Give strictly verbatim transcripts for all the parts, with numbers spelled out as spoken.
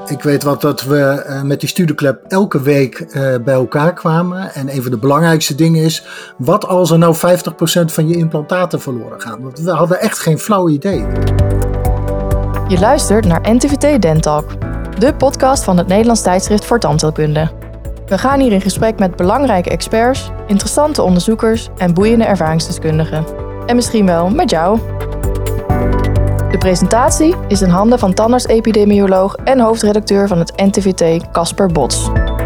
Ik weet wat dat we uh, met die studieclub elke week uh, bij elkaar kwamen. En een van de belangrijkste dingen is, wat als er nou vijftig procent van je implantaten verloren gaan? Want we hadden echt geen flauw idee. Je luistert naar N T V T Dentalk, de podcast van het Nederlands tijdschrift voor tandheelkunde. We gaan hier in gesprek met belangrijke experts, interessante onderzoekers en boeiende ervaringsdeskundigen. En misschien wel met jou. De presentatie is in handen van tandarts-epidemioloog en hoofdredacteur van het N T V T, Casper Bots.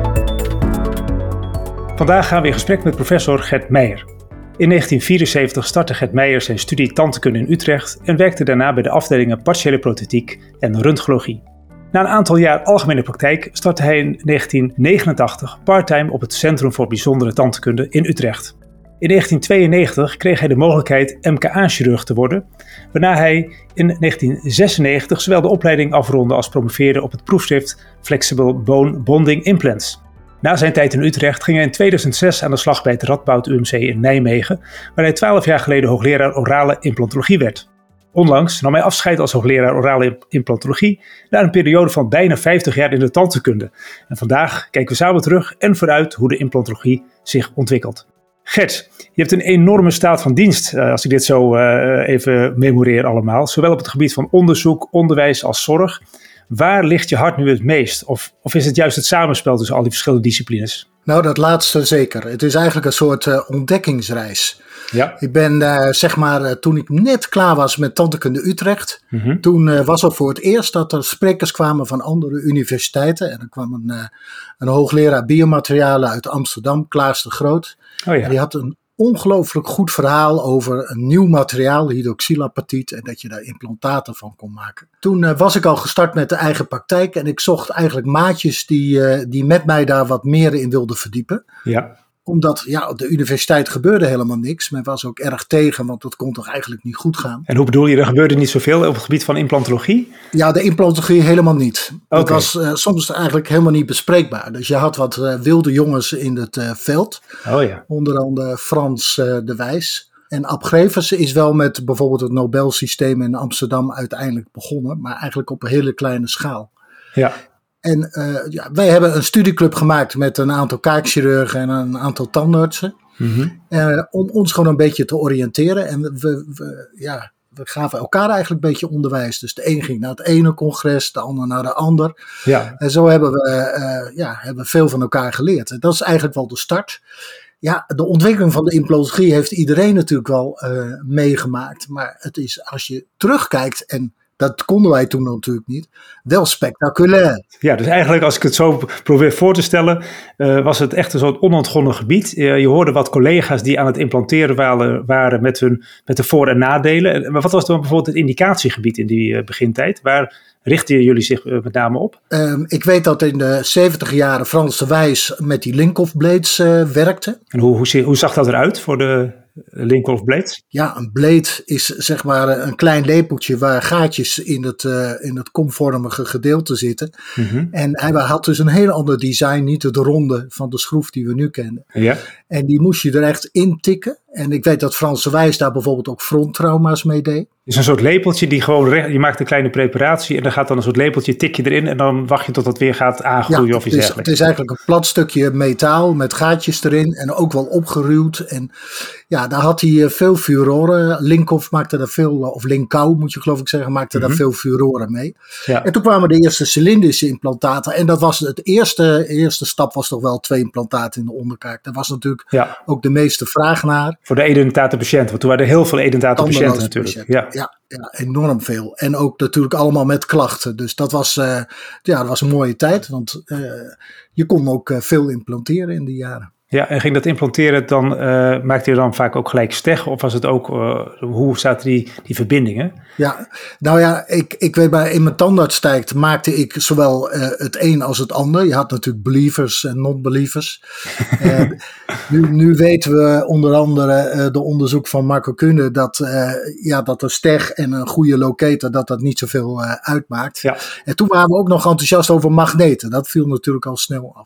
Vandaag gaan we in gesprek met professor Gert Meijer. In negentien vierenzeventig startte Gert Meijer zijn studie tandheelkunde in Utrecht en werkte daarna bij de afdelingen partiële prothetiek en röntgenologie. Na een aantal jaar algemene praktijk startte hij in negentien negenentachtig parttime op het Centrum voor Bijzondere Tandheelkunde in Utrecht. In negentien tweeënnegentig kreeg hij de mogelijkheid M K A-chirurg te worden, waarna hij in negentien zesennegentig zowel de opleiding afronde als promoveerde op het proefschrift Flexible Bone Bonding Implants. Na zijn tijd in Utrecht ging hij in tweeduizend zes aan de slag bij het Radboud U M C in Nijmegen, waar hij twaalf jaar geleden hoogleraar orale implantologie werd. Onlangs nam hij afscheid als hoogleraar orale implantologie na een periode van bijna vijftig jaar in de tandheelkunde. En vandaag kijken we samen terug en vooruit hoe de implantologie zich ontwikkelt. Gert, je hebt een enorme staat van dienst, als ik dit zo uh, even memoreer allemaal. Zowel op het gebied van onderzoek, onderwijs als zorg. Waar ligt je hart nu het meest? Of, of is het juist het samenspel tussen al die verschillende disciplines? Nou, dat laatste zeker. Het is eigenlijk een soort uh, ontdekkingsreis. Ja. Ik ben, uh, zeg maar, uh, toen ik net klaar was met tandheelkunde Utrecht, mm-hmm. toen uh, was het voor het eerst dat er sprekers kwamen van andere universiteiten. En er kwam een, uh, een hoogleraar biomaterialen uit Amsterdam, Klaas de Groot. Oh ja. En die had een ongelooflijk goed verhaal over een nieuw materiaal, hydroxylapatiet, en dat je daar implantaten van kon maken. Toen uh, was ik al gestart met de eigen praktijk en ik zocht eigenlijk maatjes die, uh, die met mij daar wat meer in wilden verdiepen. Ja. Omdat ja, op de universiteit gebeurde helemaal niks. Men was ook erg tegen, want dat kon toch eigenlijk niet goed gaan. En hoe bedoel je, er gebeurde niet zoveel op het gebied van implantologie? Ja, de implantologie helemaal niet. Okay. Het was uh, soms eigenlijk helemaal niet bespreekbaar. Dus je had wat uh, wilde jongens in het uh, veld. Oh ja. Onder andere Frans uh, de Wijs. En Ab Grevers is wel met bijvoorbeeld het Nobelsysteem in Amsterdam uiteindelijk begonnen. Maar eigenlijk op een hele kleine schaal. Ja. En uh, ja, wij hebben een studieclub gemaakt met een aantal kaakchirurgen en een aantal tandartsen. Mm-hmm. Uh, om ons gewoon een beetje te oriënteren. En we, we, ja, we gaven elkaar eigenlijk een beetje onderwijs. Dus de een ging naar het ene congres, de ander naar de ander. Ja. En zo hebben we, uh, ja, hebben we veel van elkaar geleerd. En dat is eigenlijk wel de start. Ja, de ontwikkeling van de implantologie heeft iedereen natuurlijk wel uh, meegemaakt. Maar het is, als je terugkijkt, en dat konden wij toen natuurlijk niet, wel spectaculair. Ja, dus eigenlijk als ik het zo probeer voor te stellen, uh, was het echt een soort onontgonnen gebied. Uh, je hoorde wat collega's die aan het implanteren waren, waren met, hun, met de voor- en nadelen. Maar wat was dan bijvoorbeeld het indicatiegebied in die uh, begintijd? Waar richten jullie zich uh, met name op? Um, ik weet dat in de zeventig jaren Frans de Wijs met die Linkoff blades uh, werkte. En hoe, hoe, hoe zag dat eruit voor de Linkoff blades? Ja, een blade is zeg maar een klein lepeltje waar gaatjes in het, uh, in het komvormige gedeelte zitten. Mm-hmm. En hij had dus een heel ander design, niet het ronde van de schroef die we nu kennen. Ja. En die moest je er echt in tikken. En ik weet dat Frans de Wijs daar bijvoorbeeld ook fronttrauma's mee deed. Het is een soort lepeltje die gewoon, recht, je maakt een kleine preparatie en dan gaat dan een soort lepeltje, tik je erin en dan wacht je tot het weer gaat aangroeien ja, of iets dergelijks. Het is eigenlijk een plat stukje metaal met gaatjes erin en ook wel opgeruwd. En ja, daar had hij veel furoren. Linkoff maakte daar veel, of Linkau moet je geloof ik zeggen, maakte mm-hmm. daar veel furoren mee. Ja. En toen kwamen de eerste cilindrische implantaten en dat was het eerste, eerste stap was toch wel twee implantaten in de onderkaak. Daar was natuurlijk ja. ook de meeste vraag naar. Voor de edentate patiënten, want toen waren er heel veel edentate patiënten natuurlijk. Patiënten. Ja. Ja, ja, enorm veel. En ook natuurlijk allemaal met klachten. Dus dat was, uh, ja, dat was een mooie tijd, want uh, je kon ook uh, veel implanteren in die jaren. Ja, en ging dat implanteren dan, uh, maakte je dan vaak ook gelijk steg? Of was het ook, uh, hoe zaten die, die verbindingen? Ja, nou ja, ik, ik weet bij, in mijn tandartstijd maakte ik zowel uh, het een als het ander. Je had natuurlijk believers en non-believers. uh, nu, nu weten we onder andere uh, de onderzoek van Marco Kuhne dat, uh, ja, dat een steg en een goede locator, dat dat niet zoveel uh, uitmaakt. Ja. En toen waren we ook nog enthousiast over magneten. Dat viel natuurlijk al snel af.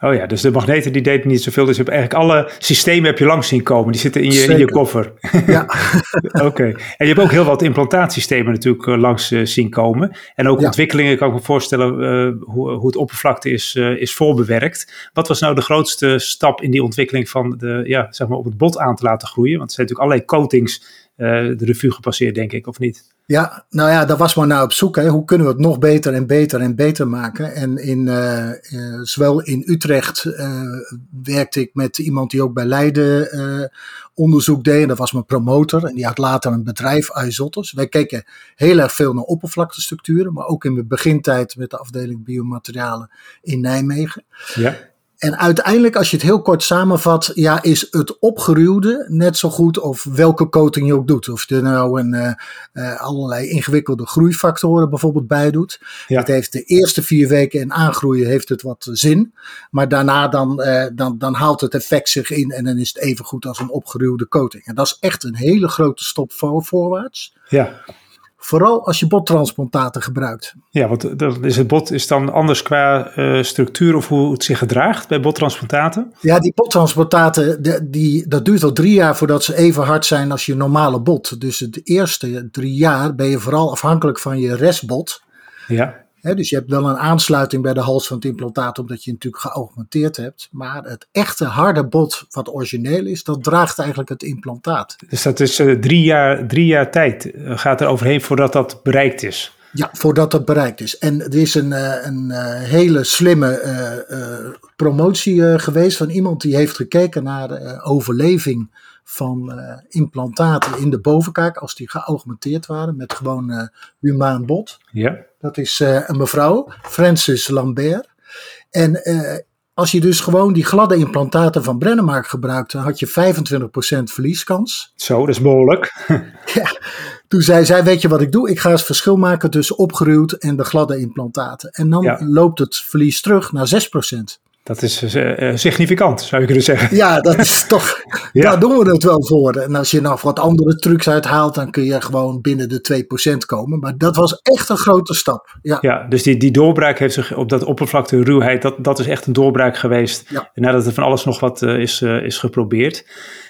Oh ja, dus de magneten die deden niet zoveel. Dus je hebt eigenlijk alle systemen heb je langs zien komen. Die zitten in je, in je koffer. Ja. Oké. Okay. En je hebt ook heel wat implantaatsystemen natuurlijk uh, langs uh, zien komen. En ook ja. ontwikkelingen, kan ik me voorstellen uh, hoe, hoe het oppervlakte is, uh, is voorbewerkt. Wat was nou de grootste stap in die ontwikkeling van de, ja, zeg maar op het bot aan te laten groeien? Want er zijn natuurlijk allerlei coatings uh, de revue gepasseerd, denk ik, of niet? Ja, nou ja, daar was maar naar op zoek. Hè. Hoe kunnen we het nog beter en beter en beter maken? En in, uh, uh, zowel in Utrecht uh, werkte ik met iemand die ook bij Leiden uh, onderzoek deed. En dat was mijn promotor. En die had later een bedrijf, Isotos. Wij keken heel erg veel naar oppervlaktestructuren. Maar ook in mijn begintijd met de afdeling biomaterialen in Nijmegen. Ja. En uiteindelijk, als je het heel kort samenvat, ja, is het opgeruwde net zo goed of welke coating je ook doet. Of je er nou een, uh, uh, allerlei ingewikkelde groeifactoren bijvoorbeeld bij doet. Ja. Het heeft de eerste vier weken in aangroeien heeft het wat zin. Maar daarna dan, uh, dan, dan haalt het effect zich in en dan is het even goed als een opgeruwde coating. En dat is echt een hele grote stap voor, voorwaarts. Ja. Vooral als je bottransplantaten gebruikt. Ja, want dat is het bot is dan anders qua uh, structuur of hoe het zich gedraagt bij bottransplantaten? Ja, die bottransplantaten, die, die, dat duurt al drie jaar voordat ze even hard zijn als je normale bot. Dus de eerste drie jaar ben je vooral afhankelijk van je restbot. Ja. He, dus je hebt wel een aansluiting bij de hals van het implantaat, omdat je natuurlijk geaugmenteerd hebt. Maar het echte harde bot wat origineel is, dat draagt eigenlijk het implantaat. Dus dat is uh, drie, jaar, drie jaar tijd uh, gaat er overheen voordat dat bereikt is? Ja, voordat dat bereikt is. En er is een, uh, een uh, hele slimme uh, uh, promotie uh, geweest van iemand die heeft gekeken naar de uh, overleving van uh, implantaten in de bovenkaak als die geaugmenteerd waren met gewoon uh, humaan bot. Ja. Dat is uh, een mevrouw, Francis Lambert. En uh, als je dus gewoon die gladde implantaten van Brennemark gebruikte, had je vijfentwintig procent verlieskans. Zo, dat is behoorlijk. Ja, toen zei zij, weet je wat ik doe? Ik ga eens verschil maken tussen opgeruwd en de gladde implantaten. En dan ja. loopt het verlies terug naar zes procent. Dat is uh, significant, zou je kunnen zeggen. Ja, dat is toch, ja. Daar doen we het wel voor. En als je nog wat andere trucs uithaalt, dan kun je gewoon binnen de twee procent komen. Maar dat was echt een grote stap. Ja, ja dus die, die doorbraak heeft zich op dat oppervlakte ruwheid, dat, dat is echt een doorbraak geweest. Ja. En nadat er van alles nog wat uh, is, uh, is geprobeerd.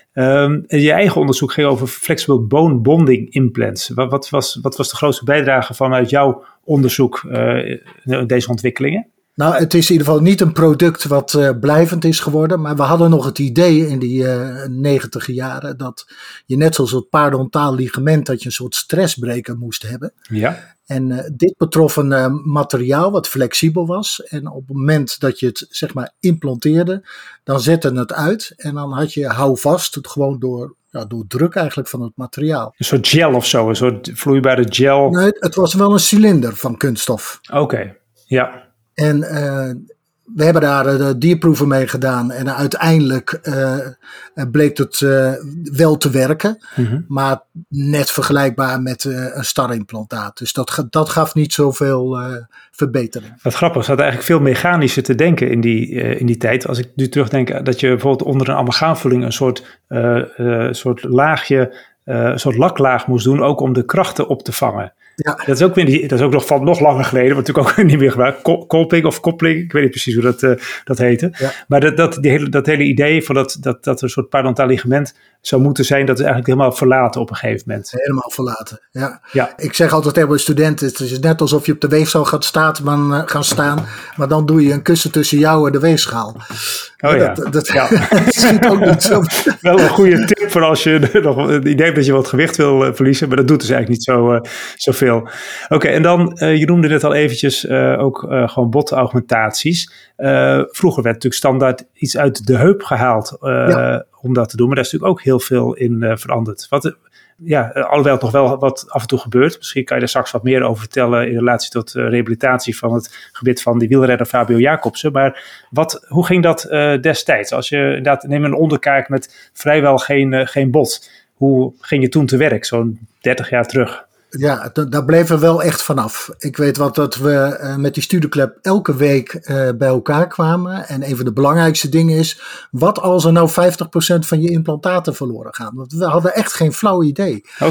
Um, je eigen onderzoek ging over flexible bone bonding implants. Wat, wat, was, wat was de grootste bijdrage vanuit jouw onderzoek uh, in deze ontwikkelingen? Nou, het is in ieder geval niet een product wat uh, blijvend is geworden. Maar we hadden nog het idee in die uh, negentig jaren dat je net zoals het parodontaal ligament dat je een soort stressbreker moest hebben. Ja. En uh, dit betrof een uh, materiaal wat flexibel was. En op het moment dat je het zeg maar implanteerde, dan zette het uit. En dan had je houvast, het gewoon door, ja, door druk eigenlijk van het materiaal. Een soort gel of zo, een soort vloeibare gel? Nee, het was wel een cilinder van kunststof. Oké, okay. Ja. En uh, we hebben daar uh, de dierproeven mee gedaan en uh, uiteindelijk uh, uh, bleek het uh, wel te werken, mm-hmm. maar net vergelijkbaar met uh, een starimplantaat. Dus dat, dat gaf niet zoveel uh, verbetering. Wat grappig, ze hadden eigenlijk veel mechanischer te denken in die, uh, in die tijd. Als ik nu terugdenk dat je bijvoorbeeld onder een amalgaamvulling een soort, uh, uh, soort laagje, uh, een soort laklaag moest doen, ook om de krachten op te vangen. Ja. Dat is ook weer die, dat is ook nog van nog langer geleden, wat natuurlijk ook niet meer gebruikt. Kolping of koppeling, ik weet niet precies hoe dat, uh, dat heette. Ja. Maar dat, dat, die hele, dat hele idee van dat, dat, dat er een soort parodontaal ligament zou moeten zijn, dat is eigenlijk helemaal verlaten op een gegeven moment. Helemaal verlaten, ja. ja. Ik zeg altijd tegen mijn studenten, het is net alsof je op de weegschaal gaat, staat, maar, gaan staan, maar dan doe je een kussen tussen jou en de weegschaal. Oh ja. Dat, dat, ja. dat schiet ook niet zo. Wel een goede tip voor als je nog het idee hebt dat je wat gewicht wil uh, verliezen, maar dat doet dus eigenlijk niet zo, uh, zoveel. Oké, okay, en dan, uh, je noemde net al eventjes uh, ook uh, gewoon botaugmentaties. Uh, vroeger werd natuurlijk standaard iets uit de heup gehaald uh, ja. om dat te doen, maar daar is natuurlijk ook heel veel in uh, veranderd. Wat, uh, ja, alhoewel het nog wel wat af en toe gebeurt. Misschien kan je daar straks wat meer over vertellen in relatie tot uh, rehabilitatie van het gebied van die wielrenner Fabio Jacobsen. Maar wat, hoe ging dat uh, destijds? Als je inderdaad, neem een onderkaak met vrijwel geen, uh, geen bot. Hoe ging je toen te werk, zo'n dertig jaar terug? Ja, d- daar bleven we wel echt vanaf. Ik weet wat dat we uh, met die studieclub elke week uh, bij elkaar kwamen. En een van de belangrijkste dingen is, wat als er nou vijftig procent van je implantaten verloren gaan? Want we hadden echt geen flauw idee. Oké. Okay.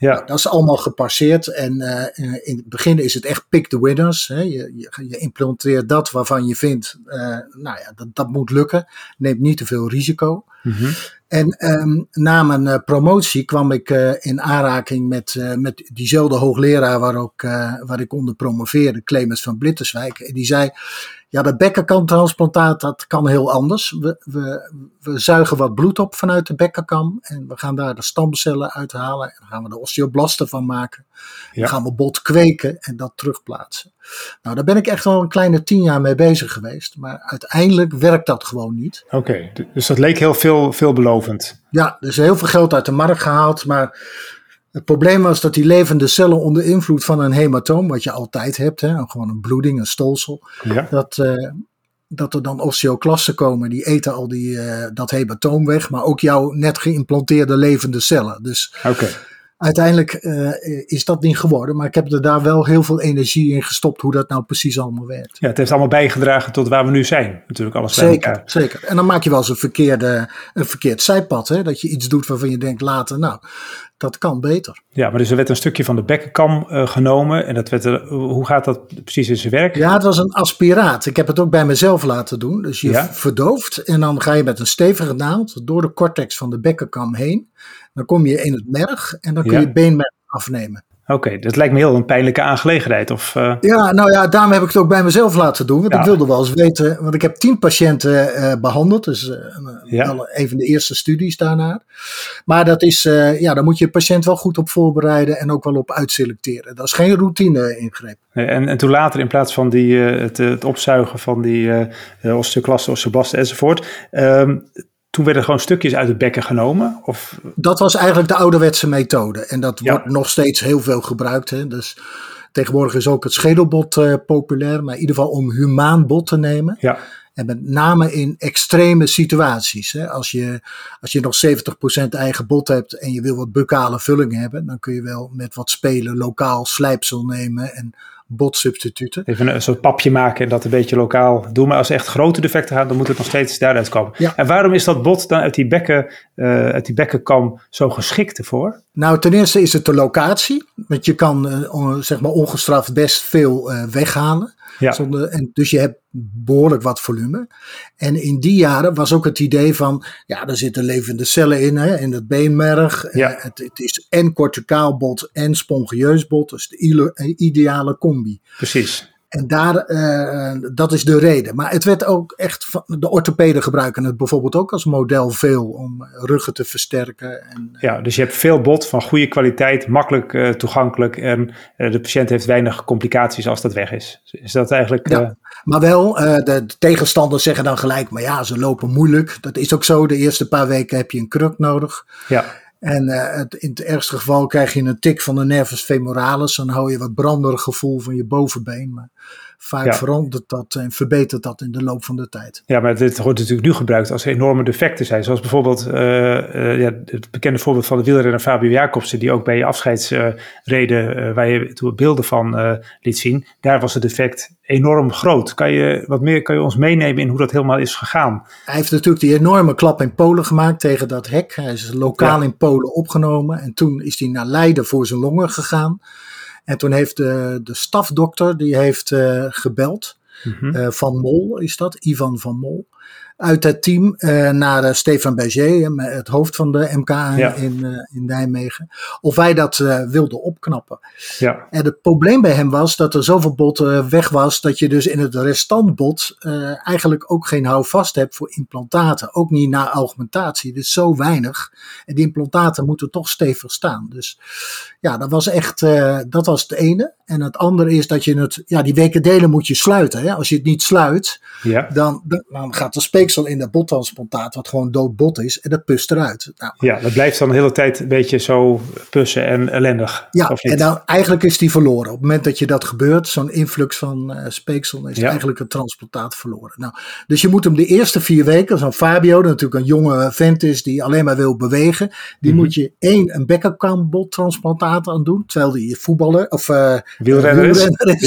Ja. Nou, dat is allemaal gepasseerd en uh, in het begin is het echt pick the winners. Hè. Je, je, je implanteert dat waarvan je vindt, uh, nou ja, dat, dat moet lukken. Neemt niet te veel risico. Mm-hmm. En um, na mijn uh, promotie kwam ik uh, in aanraking met, uh, met diezelfde hoogleraar waar, ook, uh, waar ik onder promoveerde, Clemens van Blitterswijk. En die zei, ja, dat bekkenkamtransplantaat, dat kan heel anders. We, we, we zuigen wat bloed op vanuit de bekkenkam en we gaan daar de stamcellen uithalen. En dan gaan we de osteoblasten van maken. Ja. Dan gaan we bot kweken en dat terugplaatsen. Nou, daar ben ik echt wel een kleine tien jaar mee bezig geweest. Maar uiteindelijk werkt dat gewoon niet. Oké, okay, dus dat leek heel veel, veelbelovend. Ja, er is heel veel geld uit de markt gehaald, maar het probleem was dat die levende cellen onder invloed van een hematoom, wat je altijd hebt, hè, gewoon een bloeding, een stolsel, ja. dat, uh, dat er dan osteoclasten komen, die eten al die, uh, dat hematoom weg, maar ook jouw net geïmplanteerde levende cellen. Dus okay. uiteindelijk uh, is dat niet geworden, maar ik heb er daar wel heel veel energie in gestopt hoe dat nou precies allemaal werkt. Ja, het heeft allemaal bijgedragen tot waar we nu zijn, natuurlijk alles bij zeker, elkaar. Zeker, en dan maak je wel eens een, verkeerde, een verkeerd zijpad, hè? Dat je iets doet waarvan je denkt later, nou, dat kan beter. Ja, maar dus er werd een stukje van de bekkenkam uh, genomen. En dat werd er, hoe gaat dat precies in zijn werk? Ja, het was een aspiraat. Ik heb het ook bij mezelf laten doen. Dus je ja? verdooft en dan ga je met een stevige naald door de cortex van de bekkenkam heen. Dan kom je in het merg en dan kun ja? je beenmerg afnemen. Oké, okay, dat lijkt me heel een pijnlijke aangelegenheid. Of, uh... Ja, nou ja, daarom heb ik het ook bij mezelf laten doen. Want ja. ik wilde wel eens weten, want ik heb tien patiënten uh, behandeld. Dus uh, ja. wel een van de eerste studies daarna. Maar dat is, uh, ja, daar moet je de patiënt wel goed op voorbereiden en ook wel op uitselecteren. Dat is geen routine-ingreep. En, en toen later in plaats van die, uh, het, het opzuigen van die uh, osteoclasten, osteoblasten enzovoort. Um, Toen werden gewoon stukjes uit het bekken genomen? Of? Dat was eigenlijk de ouderwetse methode. En dat ja. wordt nog steeds heel veel gebruikt. Hè. Dus tegenwoordig is ook het schedelbot uh, populair. Maar in ieder geval om humaan bot te nemen. Ja. En met name in extreme situaties. Hè. Als je, als je nog zeventig procent eigen bot hebt en je wil wat buccale vulling hebben. Dan kun je wel met wat spelen lokaal slijpsel nemen en botsubstituten. Even een soort papje maken en dat een beetje lokaal doen. Maar als er echt grote defecten gaan, dan moet het nog steeds daaruit komen. Ja. En waarom is dat bot dan uit die, bekken, uh, uit die bekkenkam zo geschikt ervoor? Nou, ten eerste is het de locatie. Want je kan uh, on, zeg maar ongestraft best veel uh, weghalen. Ja. Zonder, en dus je hebt behoorlijk wat volume. En in die jaren was ook het idee van, ja, er zitten levende cellen in, hè, in het beenmerg. Ja. Uh, het, het is en corticaal bot en spongieus bot. Dus de ide- ideale combi. Precies. En daar, uh, dat is de reden. Maar het werd ook echt, van, de orthopeden gebruiken het bijvoorbeeld ook als model veel om ruggen te versterken. En, ja, dus je hebt veel bot van goede kwaliteit, makkelijk uh, toegankelijk en uh, de patiënt heeft weinig complicaties als dat weg is. Is dat eigenlijk... Uh... Ja, maar wel, uh, de, de tegenstanders zeggen dan gelijk, maar ja, ze lopen moeilijk. Dat is ook zo, de eerste paar weken heb je een kruk nodig. Ja. En uh, het, in het ergste geval krijg je een tik van de nervus femoralis. Dan hou je wat branderig gevoel van je bovenbeen. Maar vaak ja. verandert dat en verbetert dat in de loop van de tijd. Ja, maar dit wordt natuurlijk nu gebruikt als er enorme defecten zijn. Zoals bijvoorbeeld uh, uh, ja, het bekende voorbeeld van de wielrenner Fabio Jacobsen. Die ook bij je afscheidsreden, uh, uh, waar je toen beelden van uh, liet zien. Daar was het defect enorm groot. Kan je wat meer, kan je ons meenemen in hoe dat helemaal is gegaan? Hij heeft natuurlijk die enorme klap in Polen gemaakt tegen dat hek. Hij is lokaal ja. in Polen opgenomen. En toen is hij naar Leiden voor zijn longen gegaan. En toen heeft de, de stafdokter, die heeft uh, gebeld. Mm-hmm. Uh, Van Mol is dat, Ivan Van Mol. Uit het team uh, naar uh, Stefan Berger, het hoofd van de M K A ja. in, uh, in Nijmegen. Of wij dat uh, wilden opknappen. Ja. En het probleem bij hem was dat er zoveel bot uh, weg was. Dat je dus in het restantbot uh, eigenlijk ook geen houvast hebt voor implantaten. Ook niet na augmentatie. Dus zo weinig. En die implantaten moeten toch stevig staan. Dus ja, dat was echt, uh, dat was het ene. En het andere is dat je het, ja, die weken delen moet je sluiten. Hè? Als je het niet sluit, ja. dan, dan gaat de speeksel in dat bottransplantaat, wat gewoon dood bot is, en dat pust eruit. Nou, ja, dat blijft dan de hele tijd een beetje zo pussen en ellendig. Ja, en nou, eigenlijk is die verloren. Op het moment dat je dat gebeurt, zo'n influx van uh, speeksel, is ja. eigenlijk het transplantaat verloren. Nou, dus je moet hem de eerste vier weken, zo'n Fabio, dat natuurlijk een jonge vent is die alleen maar wil bewegen, die mm-hmm. moet je één, een bekkenkambottransplantaat aan doen, terwijl die voetballer of uh, wielrenner is. is. Ja.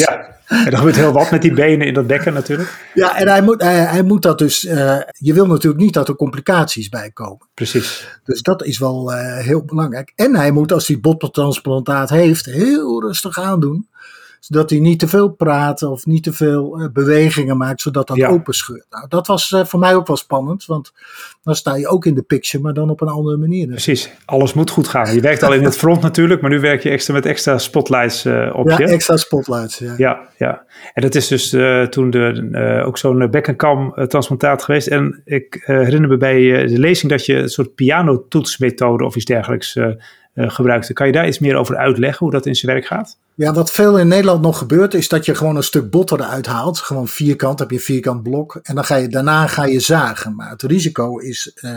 En er gebeurt heel wat met die benen in dat bekken natuurlijk. Ja, en hij moet, hij, hij moet dat dus... Uh, je wil natuurlijk niet dat er complicaties bij komen. Precies. Dus dat is wel uh, heel belangrijk. En hij moet, als hij botteltransplantaat heeft, heel rustig aandoen. Zodat hij niet te veel praat of niet te veel uh, bewegingen maakt, zodat dat ja. open scheurt. Nou, dat was uh, voor mij ook wel spannend, want dan sta je ook in de picture, maar dan op een andere manier. Precies, alles moet goed gaan. Je werkt al in het front natuurlijk, maar nu werk je extra met extra spotlights uh, op ja, je. Ja, extra spotlights, ja. Ja, ja. En dat is dus uh, toen de, uh, ook zo'n bekkenkam uh, transplantaat geweest. En ik uh, herinner me bij uh, de lezing dat je een soort pianotoetsmethode of iets dergelijks uh, uh, gebruikte. Kan je daar iets meer over uitleggen, hoe dat in zijn werk gaat? Ja, wat veel in Nederland nog gebeurt, is dat je gewoon een stuk bot eruit haalt. Gewoon vierkant, heb je een vierkant blok. En dan ga je, daarna ga je zagen. Maar het risico is uh,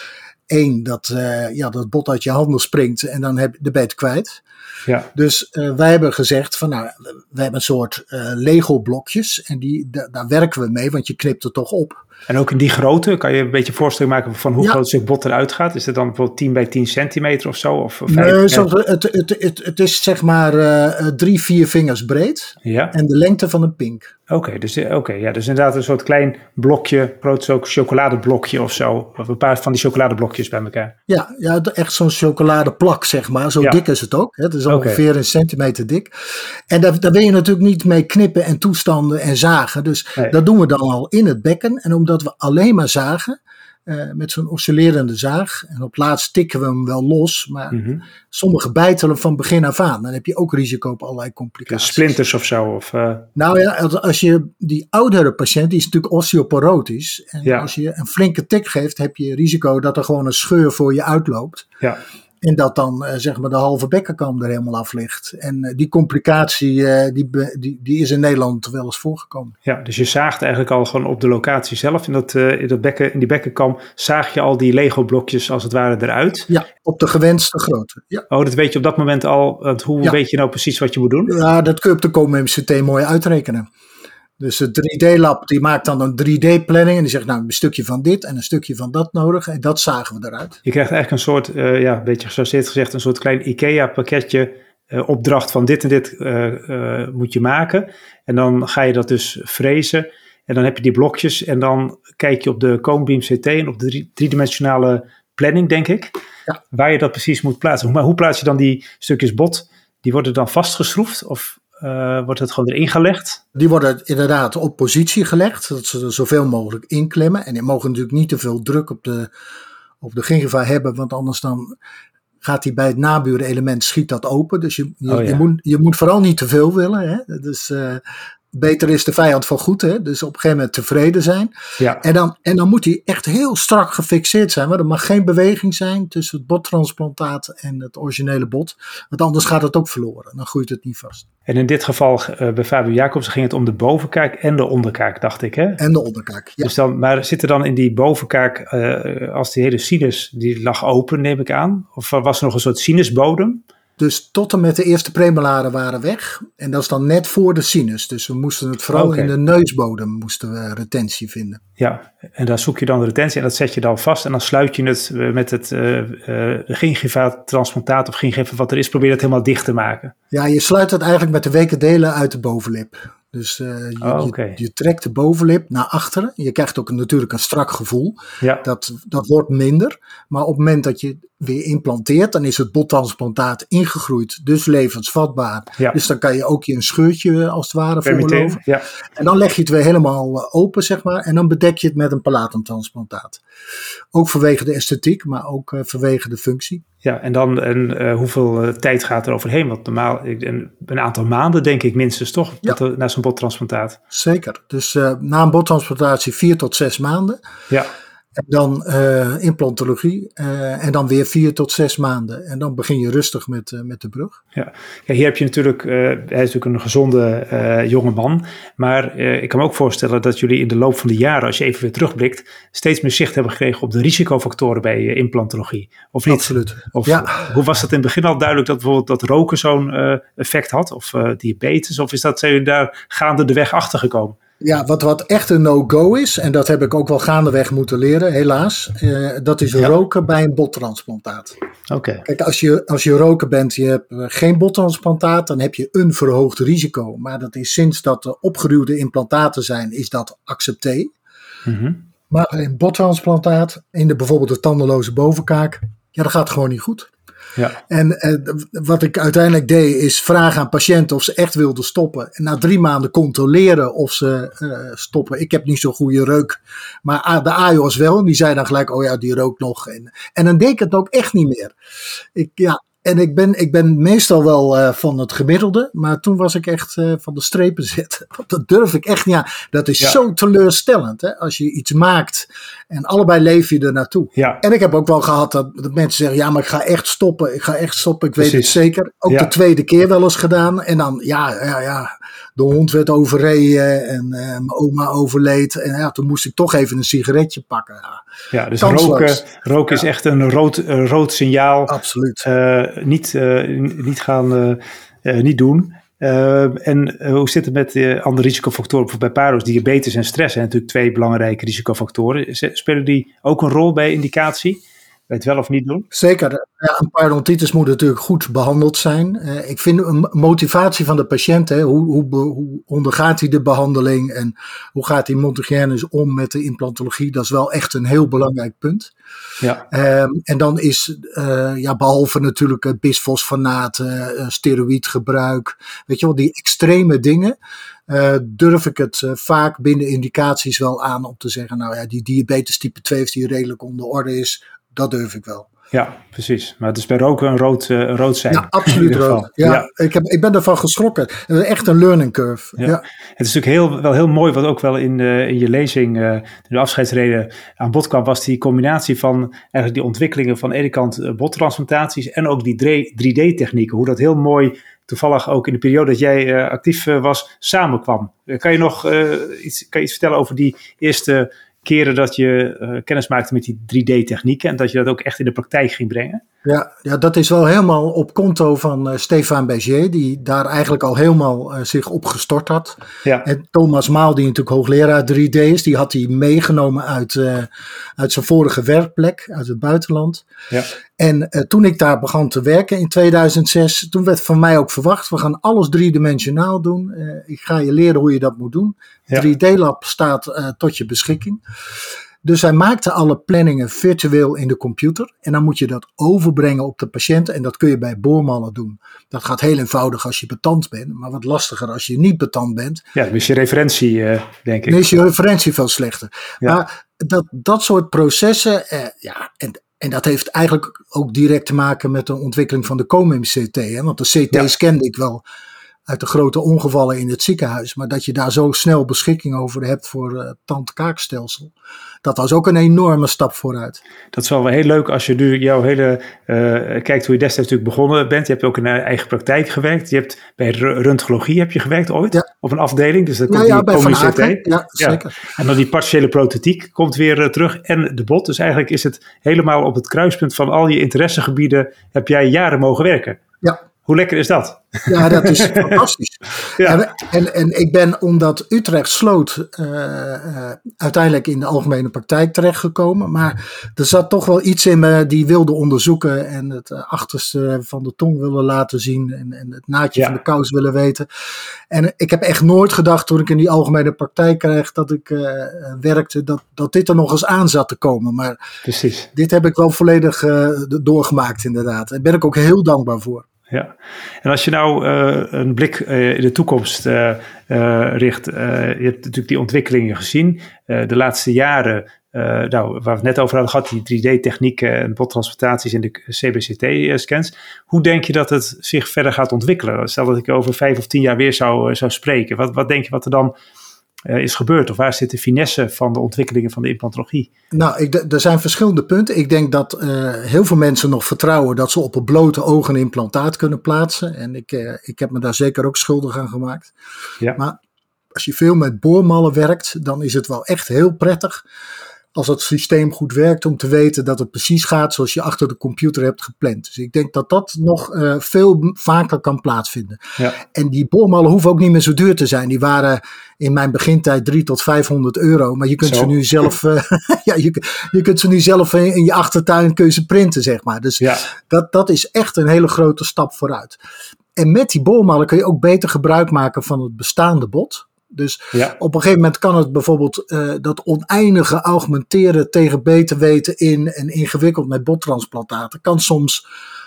één, dat uh, ja, dat bot uit je handen springt en dan heb je de beet kwijt. Ja. Dus uh, wij hebben gezegd van nou, we hebben een soort uh, Lego blokjes en die, da, daar werken we mee, want je knipt er toch op. En ook in die grootte, kan je een beetje voorstelling maken van hoe ja. groot het stuk bot eruit gaat? Is het dan bijvoorbeeld tien bij tien centimeter of zo? Of nee, zo, het, het, het, het is zeg maar uh, drie, vier vingers breed ja. en de lengte van een pink. Oké, okay, dus, okay, ja, dus inderdaad een soort klein blokje, groot ook chocoladeblokje of zo. Of een paar van die chocoladeblokjes bij elkaar. Ja, ja echt zo'n chocoladeplak zeg maar. Zo ja. dik is het ook. Hè? Het is ongeveer okay. een centimeter dik. En daar, daar wil je natuurlijk niet mee knippen en toestanden en zagen. Dus nee. dat doen we dan al in het bekken. En omdat we alleen maar zagen, uh, met zo'n oscillerende zaag. En op laatst tikken we hem wel los. Maar mm-hmm. sommige bijtelen van begin af aan. Dan heb je ook risico op allerlei complicaties. De splinters of zo? Of, uh... Nou ja, als je die oudere patiënt, die is natuurlijk osteoporotisch. En ja. als je een flinke tik geeft, heb je risico dat er gewoon een scheur voor je uitloopt. Ja. En dat dan uh, zeg maar de halve bekkenkam er helemaal af ligt. En uh, die complicatie uh, die, die, die is in Nederland wel eens voorgekomen. Ja, dus je zaagt eigenlijk al gewoon op de locatie zelf. In, dat, uh, in, dat bekken, in die bekkenkam zaag je al die Lego blokjes als het ware eruit. Ja, op de gewenste grootte. Ja. Oh, dat weet je op dat moment al. Want hoe ja. weet je nou precies wat je moet doen? Ja, dat kun je op de C O M M C T mooi uitrekenen. Dus de drie D-lab die maakt dan een drie D-planning en die zegt nou een stukje van dit en een stukje van dat nodig en dat zagen we eruit. Je krijgt eigenlijk een soort, uh, ja, een beetje gechargeerd gezegd, een soort klein IKEA-pakketje, uh, opdracht van dit en dit uh, uh, moet je maken. En dan ga je dat dus frezen en dan heb je die blokjes en dan kijk je op de C O M M C T en op de drie, driedimensionale planning, denk ik, ja. waar je dat precies moet plaatsen. Maar hoe plaats je dan die stukjes bot? Die worden dan vastgeschroefd of... Uh, wordt het gewoon erin gelegd? Die worden inderdaad op positie gelegd, zodat ze er zoveel mogelijk inklemmen. En die mogen natuurlijk niet te veel druk op de, op de gingiva hebben, want anders dan gaat hij bij het nabuurelement, schiet dat open. Dus je, je, oh, ja. je, moet, je moet vooral niet te veel willen. Hè? Dus uh, beter is de vijand van goed. Hè? Dus op een gegeven moment tevreden zijn. Ja. En, dan, en dan moet hij echt heel strak gefixeerd zijn. Maar er mag geen beweging zijn tussen het bottransplantaat en het originele bot. Want anders gaat het ook verloren. Dan groeit het niet vast. En in dit geval uh, bij Fabio Jacobsen ging het om de bovenkaak en de onderkaak, dacht ik, hè? En de onderkaak, ja. Dus dan, maar zit er dan in die bovenkaak, uh, als die hele sinus, die lag open, neem ik aan? Of was er nog een soort sinusbodem? Dus tot en met de eerste premalaren waren weg. En dat is dan net voor de sinus. Dus we moesten het vooral okay. in de neusbodem moesten we retentie vinden. Ja, en daar zoek je dan de retentie en dat zet je dan vast. En dan sluit je het met het uh, uh, gingiva-transplantaat of gingiva wat er is. Probeer het helemaal dicht te maken. Ja, je sluit het eigenlijk met de weke delen uit de bovenlip. Dus uh, je, oh, okay. je, je trekt de bovenlip naar achteren. Je krijgt ook een, natuurlijk een strak gevoel. Ja. Dat, dat wordt minder. Maar op het moment dat je weer implanteert, dan is het bottransplantaat ingegroeid. Dus levensvatbaar. Ja. Dus dan kan je ook je een scheurtje als het ware voorloven. Ja. En dan leg je het weer helemaal open, zeg maar. En dan bedek je het met een palatumtransplantaat. Ook vanwege de esthetiek, maar ook uh, vanwege de functie. Ja, en dan en, uh, hoeveel uh, tijd gaat er overheen? Want normaal een, een aantal maanden, denk ik minstens, toch? Ja. Dat, na zo'n bottransplantaat. Zeker. Dus uh, na een bottransplantatie vier tot zes maanden. Ja. En dan uh, implantologie uh, en dan weer vier tot zes maanden. En dan begin je rustig met, uh, met de brug. Ja. Ja, hier heb je natuurlijk, uh, hij is natuurlijk een gezonde uh, jonge man. Maar uh, ik kan me ook voorstellen dat jullie in de loop van de jaren, als je even weer terugblikt, steeds meer zicht hebben gekregen op de risicofactoren bij uh, implantologie. Of niet? Absoluut. Of, ja. Hoe was dat in het begin al duidelijk dat bijvoorbeeld dat roken zo'n uh, effect had? Of uh, diabetes? Of is dat, zijn jullie daar gaande de weg achter gekomen? Ja, wat, wat echt een no-go is, en dat heb ik ook wel gaandeweg moeten leren, helaas, uh, dat is ja. roken bij een bottransplantaat. Oké. Okay. Kijk, als je, als je roker bent, je hebt geen bottransplantaat, dan heb je een verhoogd risico. Maar dat is sinds dat er opgeruwde implantaten zijn, is dat accepté. Mm-hmm. Maar bij een bottransplantaat, in de, bijvoorbeeld de tandenloze bovenkaak, ja, dat gaat gewoon niet goed. Ja. En eh, wat ik uiteindelijk deed is vragen aan patiënten of ze echt wilden stoppen. En na drie maanden controleren of ze uh, stoppen. Ik heb niet zo'n goede reuk, maar de A J O S wel. Die zei dan gelijk, oh ja, die rookt nog. En, en dan deed ik het ook echt niet meer. Ik, ja, en ik ben, ik ben meestal wel uh, van het gemiddelde, maar toen was ik echt uh, van de strepen zetten. Want dat durf ik echt niet aan. Dat is ja. zo teleurstellend, hè? Als je iets maakt en allebei leef je er naartoe. Ja. En ik heb ook wel gehad dat, dat mensen zeggen, ja, maar ik ga echt stoppen. Ik ga echt stoppen, ik Precies. weet het zeker. Ook ja. de tweede keer wel eens gedaan. En dan, ja, ja, ja, de hond werd overreden en uh, mijn oma overleed. En ja, toen moest ik toch even een sigaretje pakken. Ja, ja dus roken, roken ja. is echt een rood, een rood signaal. Absoluut. Uh, niet, uh, niet gaan, uh, uh, niet doen. Uh, en uh, hoe zit het met uh, andere risicofactoren? Bijvoorbeeld bij paro's, diabetes en stress zijn natuurlijk twee belangrijke risicofactoren. Spelen die ook een rol bij indicatie? Weet wel of niet doen? Zeker. Ja, een parodontitis moet natuurlijk goed behandeld zijn. Uh, ik vind een motivatie van de patiënt, hè, hoe, hoe, hoe ondergaat hij de behandeling en hoe gaat hij mondhygiënisch om met de implantologie, dat is wel echt een heel belangrijk punt. Ja. Um, en dan is, uh, ja, behalve natuurlijk uh, bisfosfonaat, uh, steroïdgebruik, weet je wel, die extreme dingen, uh, durf ik het uh, vaak binnen indicaties wel aan om te zeggen, nou ja, die diabetes type twee, als die redelijk onder orde is, dat durf ik wel. Ja, precies. Maar het is bij roken een rood, uh, een rood zijn. Ja, absoluut rood. Ja, ja. Ik, heb, ik ben ervan geschrokken. Echt een learning curve. Ja. Ja. Het is natuurlijk heel, wel heel mooi, wat ook wel in, uh, in je lezing, uh, in de afscheidsreden aan bod kwam, was die combinatie van eigenlijk die ontwikkelingen van aan de ene kant uh, bottransplantaties en ook die drie D-technieken. Hoe dat heel mooi, toevallig ook in de periode dat jij uh, actief uh, was, samenkwam. Uh, kan je nog uh, iets, kan je iets vertellen over die eerste keren dat je uh, kennis maakte met die drie D-technieken en dat je dat ook echt in de praktijk ging brengen? Ja, ja, dat is wel helemaal op konto van uh, Stéphane Bergier, die daar eigenlijk al helemaal uh, zich op gestort had. Ja. En Thomas Maal, die natuurlijk hoogleraar drie D is, die had hij meegenomen uit, uh, uit zijn vorige werkplek, uit het buitenland. Ja. En uh, toen ik daar begon te werken in tweeduizend zes, toen werd van mij ook verwacht, we gaan alles driedimensionaal doen. Uh, ik ga je leren hoe je dat moet doen. Ja. drie D-lab staat uh, tot je beschikking. Dus hij maakte alle planningen virtueel in de computer. En dan moet je dat overbrengen op de patiënt. En dat kun je bij boormallen doen. Dat gaat heel eenvoudig als je betant bent. Maar wat lastiger als je niet betant bent. Ja, dan is je referentie, uh, denk ik. Dan is je referentie veel slechter. Ja. Maar dat, dat soort processen, uh, ja, en, en dat heeft eigenlijk ook direct te maken met de ontwikkeling van de COMIM-C T. Hè? Want de C T's ja. kende ik wel uit de grote ongevallen in het ziekenhuis. Maar dat je daar zo snel beschikking over hebt voor uh, tand-kaakstelsel. Dat was ook een enorme stap vooruit. Dat is wel heel leuk als je nu jouw hele, uh, kijkt hoe je destijds natuurlijk begonnen bent. Je hebt ook in een eigen praktijk gewerkt. Je hebt bij röntgologie heb je gewerkt ooit, ja. op een afdeling. Dus dat komt ja, ja, bij Van Aken. Ja, ja, zeker. En dan die partiële prothetiek komt weer uh, terug en de bot. Dus eigenlijk is het helemaal op het kruispunt van al je interessegebieden heb jij jaren mogen werken. Ja. Hoe lekker is dat? Ja, dat is fantastisch. Ja. En, en, en ik ben, omdat Utrecht sloot, uh, uh, uiteindelijk in de algemene praktijk terechtgekomen. Maar er zat toch wel iets in me die wilde onderzoeken en het uh, achterste van de tong willen laten zien. En, en het naadje ja. van de kous willen weten. En ik heb echt nooit gedacht, toen ik in die algemene praktijk kreeg, dat ik uh, werkte, dat, dat dit er nog eens aan zat te komen. Maar Precies. Dit heb ik wel volledig uh, doorgemaakt inderdaad. Daar ben ik ook heel dankbaar voor. Ja, en als je nou uh, een blik uh, in de toekomst uh, uh, richt, uh, je hebt natuurlijk die ontwikkelingen gezien. Uh, de laatste jaren, uh, nou, waar we het net over hadden gehad, die drie D-technieken en bottransplantaties en de C B C T-scans. Hoe denk je dat het zich verder gaat ontwikkelen? Stel dat ik over vijf of tien jaar weer zou, uh, zou spreken. Wat, wat denk je wat er dan Uh, is gebeurd? Of waar zit de finesse van de ontwikkelingen van de implantologie? Nou, ik, er zijn verschillende punten. Ik denk dat uh, heel veel mensen nog vertrouwen dat ze op het blote oog een implantaat kunnen plaatsen. En ik, uh, ik heb me daar zeker ook schuldig aan gemaakt. Ja. Maar als je veel met boormallen werkt, dan is het wel echt heel prettig als het systeem goed werkt, om te weten dat het precies gaat zoals je achter de computer hebt gepland. Dus ik denk dat dat nog uh, veel vaker kan plaatsvinden. Ja. En die boormallen hoeven ook niet meer zo duur te zijn. Die waren in mijn begintijd drie tot vijfhonderd euro. Maar je kunt zo. ze nu zelf, uh, ja, je, je kunt ze nu zelf in, in je achtertuin kun je ze printen, zeg maar. Dus ja. dat, dat is echt een hele grote stap vooruit. En met die boormallen kun je ook beter gebruik maken van het bestaande bot. Dus ja. op een gegeven moment kan het bijvoorbeeld uh, dat oneindige augmenteren tegen beter weten in en ingewikkeld met bottransplantaten. Kan soms,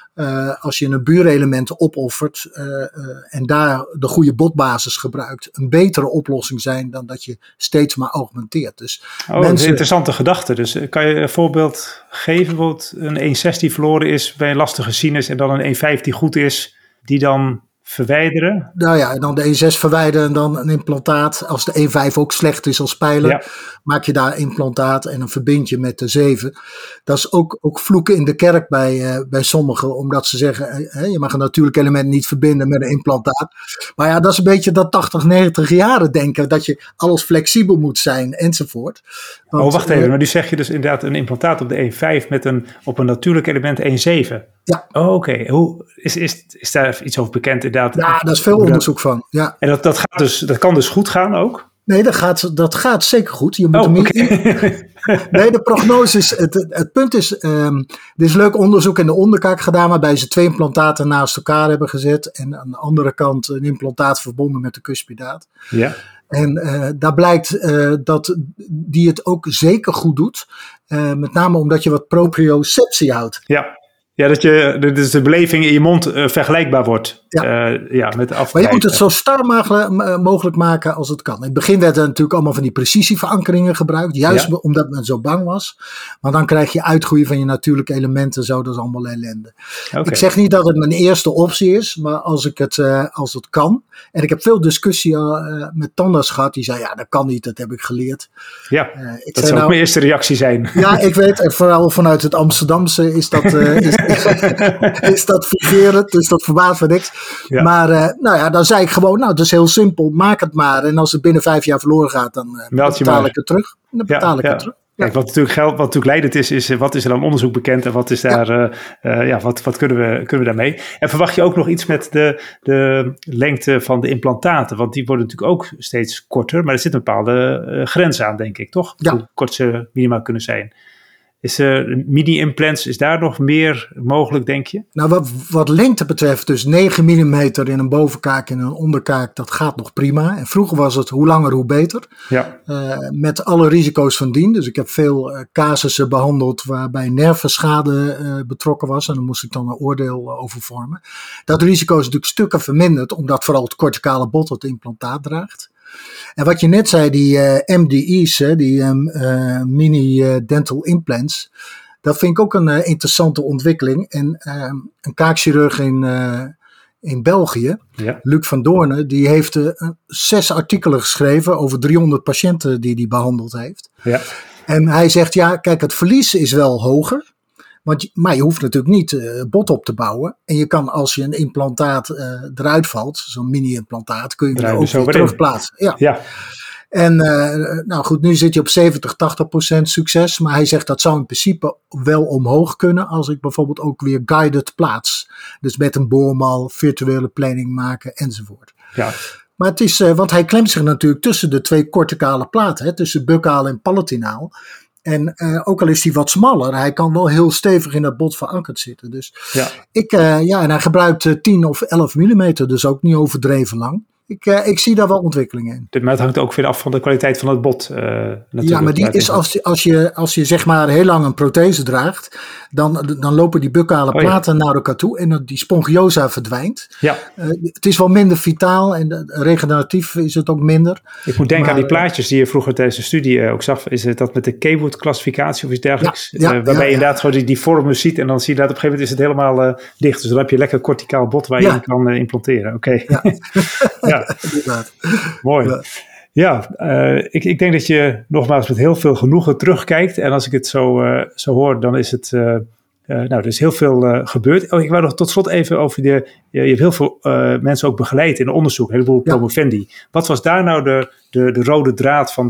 uh, als je een buurelement opoffert uh, uh, en daar de goede botbasis gebruikt, een betere oplossing zijn dan dat je steeds maar augmenteert. Dus oh, mensen... dat is een interessante gedachte. Dus kan je een voorbeeld geven? Bijvoorbeeld een één komma zes die verloren is bij een lastige sinus en dan een één komma vijf die goed is, die dan verwijderen? Nou ja, en dan de één komma zes verwijderen en dan een implantaat. Als de één komma vijf ook slecht is als pijler, ja. maak je daar een implantaat en dan verbind je met de zeven. Dat is ook, ook vloeken in de kerk bij, uh, bij sommigen, omdat ze zeggen, uh, je mag een natuurlijk element niet verbinden met een implantaat. Maar ja, dat is een beetje dat tachtig, negentig jaren denken, dat je alles flexibel moet zijn enzovoort. Want, oh, wacht even, uh, maar nu zeg je dus inderdaad een implantaat op de één komma vijf met een, op een natuurlijk element één komma zeven. Ja. Oh, oké. Okay. Hoe is, is, is daar iets over bekend inderdaad? Ja, daar is veel dat, onderzoek van. Ja. En dat, dat, gaat dus, dat kan dus goed gaan ook? Nee, dat gaat, dat gaat zeker goed. Je moet oh, hem niet... okay. Nee, de prognose is... Het, het, het punt is... Um, er is leuk onderzoek in de onderkaak gedaan, waarbij ze twee implantaten naast elkaar hebben gezet. En aan de andere kant een implantaat verbonden met de cuspidaat. Ja. En uh, daar blijkt uh, dat die het ook zeker goed doet. Uh, met name omdat je wat proprioceptie houdt. Ja. Ja, dat je, dus de beleving in je mond uh, vergelijkbaar wordt. Ja. Uh, ja, met de afgeleid. Maar je moet het zo star mogelijk maken als het kan. In het begin werden er natuurlijk allemaal van die precisieverankeringen gebruikt. Juist ja. omdat men zo bang was. Maar dan krijg je uitgroei van je natuurlijke elementen. Zo, dat is allemaal ellende. Okay. Ik zeg niet dat het mijn eerste optie is. Maar als, ik het, uh, als het kan. En ik heb veel discussie uh, met tandarts gehad. Die zei, ja, dat kan niet. Dat heb ik geleerd. Ja, uh, ik dat zou nou, mijn eerste reactie zijn. Ja, ik weet. En vooral vanuit het Amsterdamse is dat... Uh, is, is dat frigerend, dus dat verbaast me niks. Ja. Maar uh, nou ja, dan zei ik gewoon, nou, het is heel simpel, maak het maar. En als het binnen vijf jaar verloren gaat, dan uh, betaal ik het terug. Dan betaal ja, ik ja. het terug. Ja. Kijk, wat natuurlijk geld, wat natuurlijk leidend is, is wat is er dan onderzoek bekend en wat is daar, ja, uh, uh, ja wat, wat kunnen we, kunnen we daarmee? En verwacht je ook nog iets met de, de lengte van de implantaten? Want die worden natuurlijk ook steeds korter, maar er zit een bepaalde uh, grens aan, denk ik, toch? Ja. Hoe kort ze minimaal kunnen zijn. Is uh, mini-implants, is daar nog meer mogelijk, denk je? Nou, wat, wat lengte betreft, dus negen millimeter in een bovenkaak en een onderkaak, dat gaat nog prima. En vroeger was het hoe langer, hoe beter. Ja. Uh, met alle risico's van dien. Dus ik heb veel uh, casussen behandeld waarbij nervenschade uh, betrokken was. En daar moest ik dan een oordeel uh, over vormen. Dat risico is natuurlijk stukken verminderd, omdat vooral het corticale bot het implantaat draagt. En wat je net zei, die uh, M D I's, hè, die um, uh, mini uh, dental implants, dat vind ik ook een uh, interessante ontwikkeling. En uh, een kaakchirurg in, uh, in België, ja. Luc van Doornen, die heeft uh, zes artikelen geschreven over driehonderd patiënten die hij behandeld heeft. Ja. En hij zegt, ja, kijk, het verlies is wel hoger. Want, maar je hoeft natuurlijk niet uh, bot op te bouwen. En je kan, als je een implantaat uh, eruit valt, zo'n mini-implantaat, kun je hem ook weer terugplaatsen. Ja. Ja. En uh, nou goed, nu zit je op zeventig, tachtig procent succes. Maar hij zegt dat zou in principe wel omhoog kunnen als ik bijvoorbeeld ook weer guided plaats. Dus met een boormal, virtuele planning maken enzovoort. Ja. Maar het is, uh, want hij klemt zich natuurlijk tussen de twee corticale platen, hè, tussen buccaal en palatinaal. En uh, ook al is hij wat smaller, hij kan wel heel stevig in dat bot verankerd zitten. Dus ja, ik, uh, ja en hij gebruikt uh, tien of elf millimeter, dus ook niet overdreven lang. Ik, uh, ik zie daar wel ontwikkelingen in. Maar het hangt ook weer af van de kwaliteit van het bot. Uh, natuurlijk. Ja, maar die is als, als, je, als je zeg maar heel lang een prothese draagt, dan, dan lopen die buccale platen oh, ja. naar elkaar toe en die spongiosa verdwijnt. Ja. Uh, het is wel minder vitaal en regeneratief is het ook minder. Ik moet denken maar, aan die plaatjes die je vroeger tijdens de studie uh, ook zag. Is het dat met de K-Wood klassificatie of iets dergelijks? Ja, ja, uh, waarbij ja, je inderdaad ja. gewoon die, die vormen ziet en dan zie je dat op een gegeven moment is het helemaal uh, dicht. Dus dan heb je lekker corticaal bot waar je ja. in kan uh, implanteren. Oké. Okay. Ja. ja. Inderdaad. Mooi. Ja, ja uh, ik, ik denk dat je nogmaals met heel veel genoegen terugkijkt. En als ik het zo, uh, zo hoor, dan is het... Uh, uh, nou, er is heel veel uh, gebeurd. Oh, ik wou nog tot slot even over de... Je, je hebt heel veel uh, mensen ook begeleid in onderzoek. Een heleboel promovendi. Ja. Wat was daar nou de, de, de rode draad van de,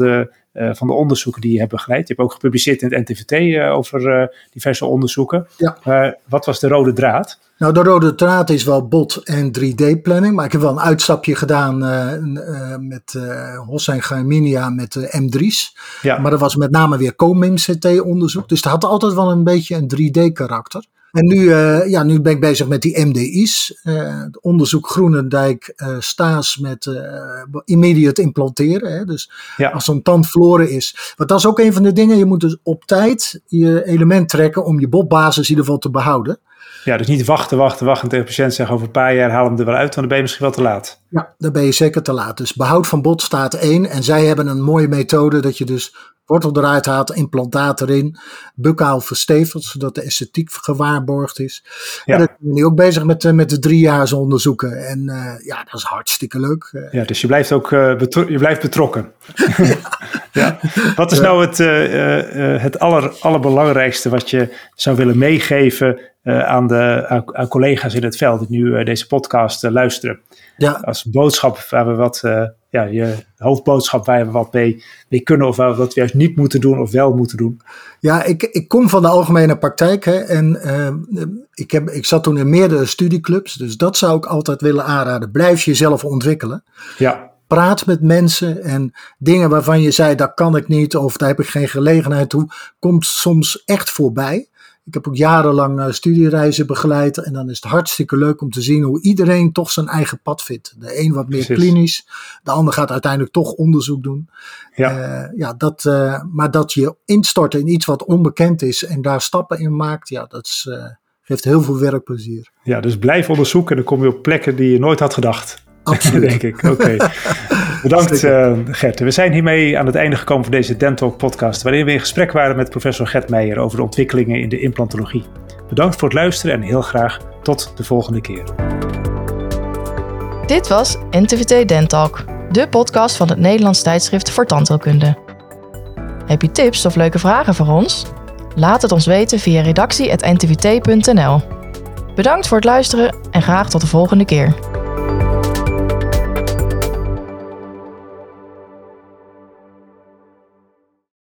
uh, van de onderzoeken die je hebt begeleid. Je hebt ook gepubliceerd in het N T V T uh, over uh, diverse onderzoeken. Ja. Uh, wat was de rode draad? Nou, de rode draad is wel bot- en drie D-planning. Maar ik heb wel een uitstapje gedaan uh, uh, met uh, Hossein Ghaeminia met uh, M drie's. Ja. Maar dat was met name weer co-mim-C T-onderzoek. Dus dat had altijd wel een beetje een drie D-karakter. En nu, uh, ja, nu ben ik bezig met die M D I's. Uh, onderzoek Groenendijk, uh, Staes met uh, immediate implanteren. Hè? Dus ja. Als zo'n tand verloren is. Want dat is ook een van de dingen. Je moet dus op tijd je element trekken om je botbasis in ieder geval te behouden. Ja, dus niet wachten, wachten, wachten tegen de patiënt zeggen over een paar jaar haal hem er wel uit, want dan ben je misschien wel te laat. Ja, dan ben je zeker te laat. Dus behoud van bot staat één. En zij hebben een mooie methode dat je dus wortel eruit haalt, implantaat erin, buccaal verstevigt, zodat de esthetiek gewaarborgd is. Ja. En dan ben je nu ook bezig met, met de driejaarsonderzoeken. En uh, ja, dat is hartstikke leuk. Ja, dus je blijft ook uh, betro- je blijft betrokken. Ja. Ja. Wat is ja. nou het, uh, uh, het aller, allerbelangrijkste wat je zou willen meegeven uh, aan, de, aan, aan collega's in het veld die nu uh, deze podcast uh, luisteren? Ja. Als boodschap waar we wat, uh, ja, je hoofdboodschap waar we wat mee, mee kunnen of wat we juist niet moeten doen of wel moeten doen. Ja, ik, ik kom van de algemene praktijk hè, en uh, ik, heb, ik zat toen in meerdere studieclubs, dus dat zou ik altijd willen aanraden. Blijf jezelf ontwikkelen. Ja. Praat met mensen en dingen waarvan je zei dat kan ik niet of daar heb ik geen gelegenheid toe, komt soms echt voorbij. Ik heb ook jarenlang uh, studiereizen begeleid en dan is het hartstikke leuk om te zien hoe iedereen toch zijn eigen pad vindt. De een wat meer Precies. klinisch, de ander gaat uiteindelijk toch onderzoek doen. Ja. Uh, ja, dat, uh, maar dat je instorten in iets wat onbekend is en daar stappen in maakt, ja, dat is, uh, geeft heel veel werkplezier. Ja, dus blijf onderzoeken en dan kom je op plekken die je nooit had gedacht. Absoluut. Denk ik. Oké. Okay. Bedankt uh, Gert. We zijn hiermee aan het einde gekomen van deze Dentalk podcast, waarin we in gesprek waren met professor Gert Meijer over de ontwikkelingen in de implantologie. Bedankt voor het luisteren en heel graag tot de volgende keer. Dit was N T V T Dentalk, de podcast van het Nederlands tijdschrift voor tandheelkunde. Heb je tips of leuke vragen voor ons? Laat het ons weten via redactie apenstaartje n t v t punt n l. Bedankt voor het luisteren en graag tot de volgende keer.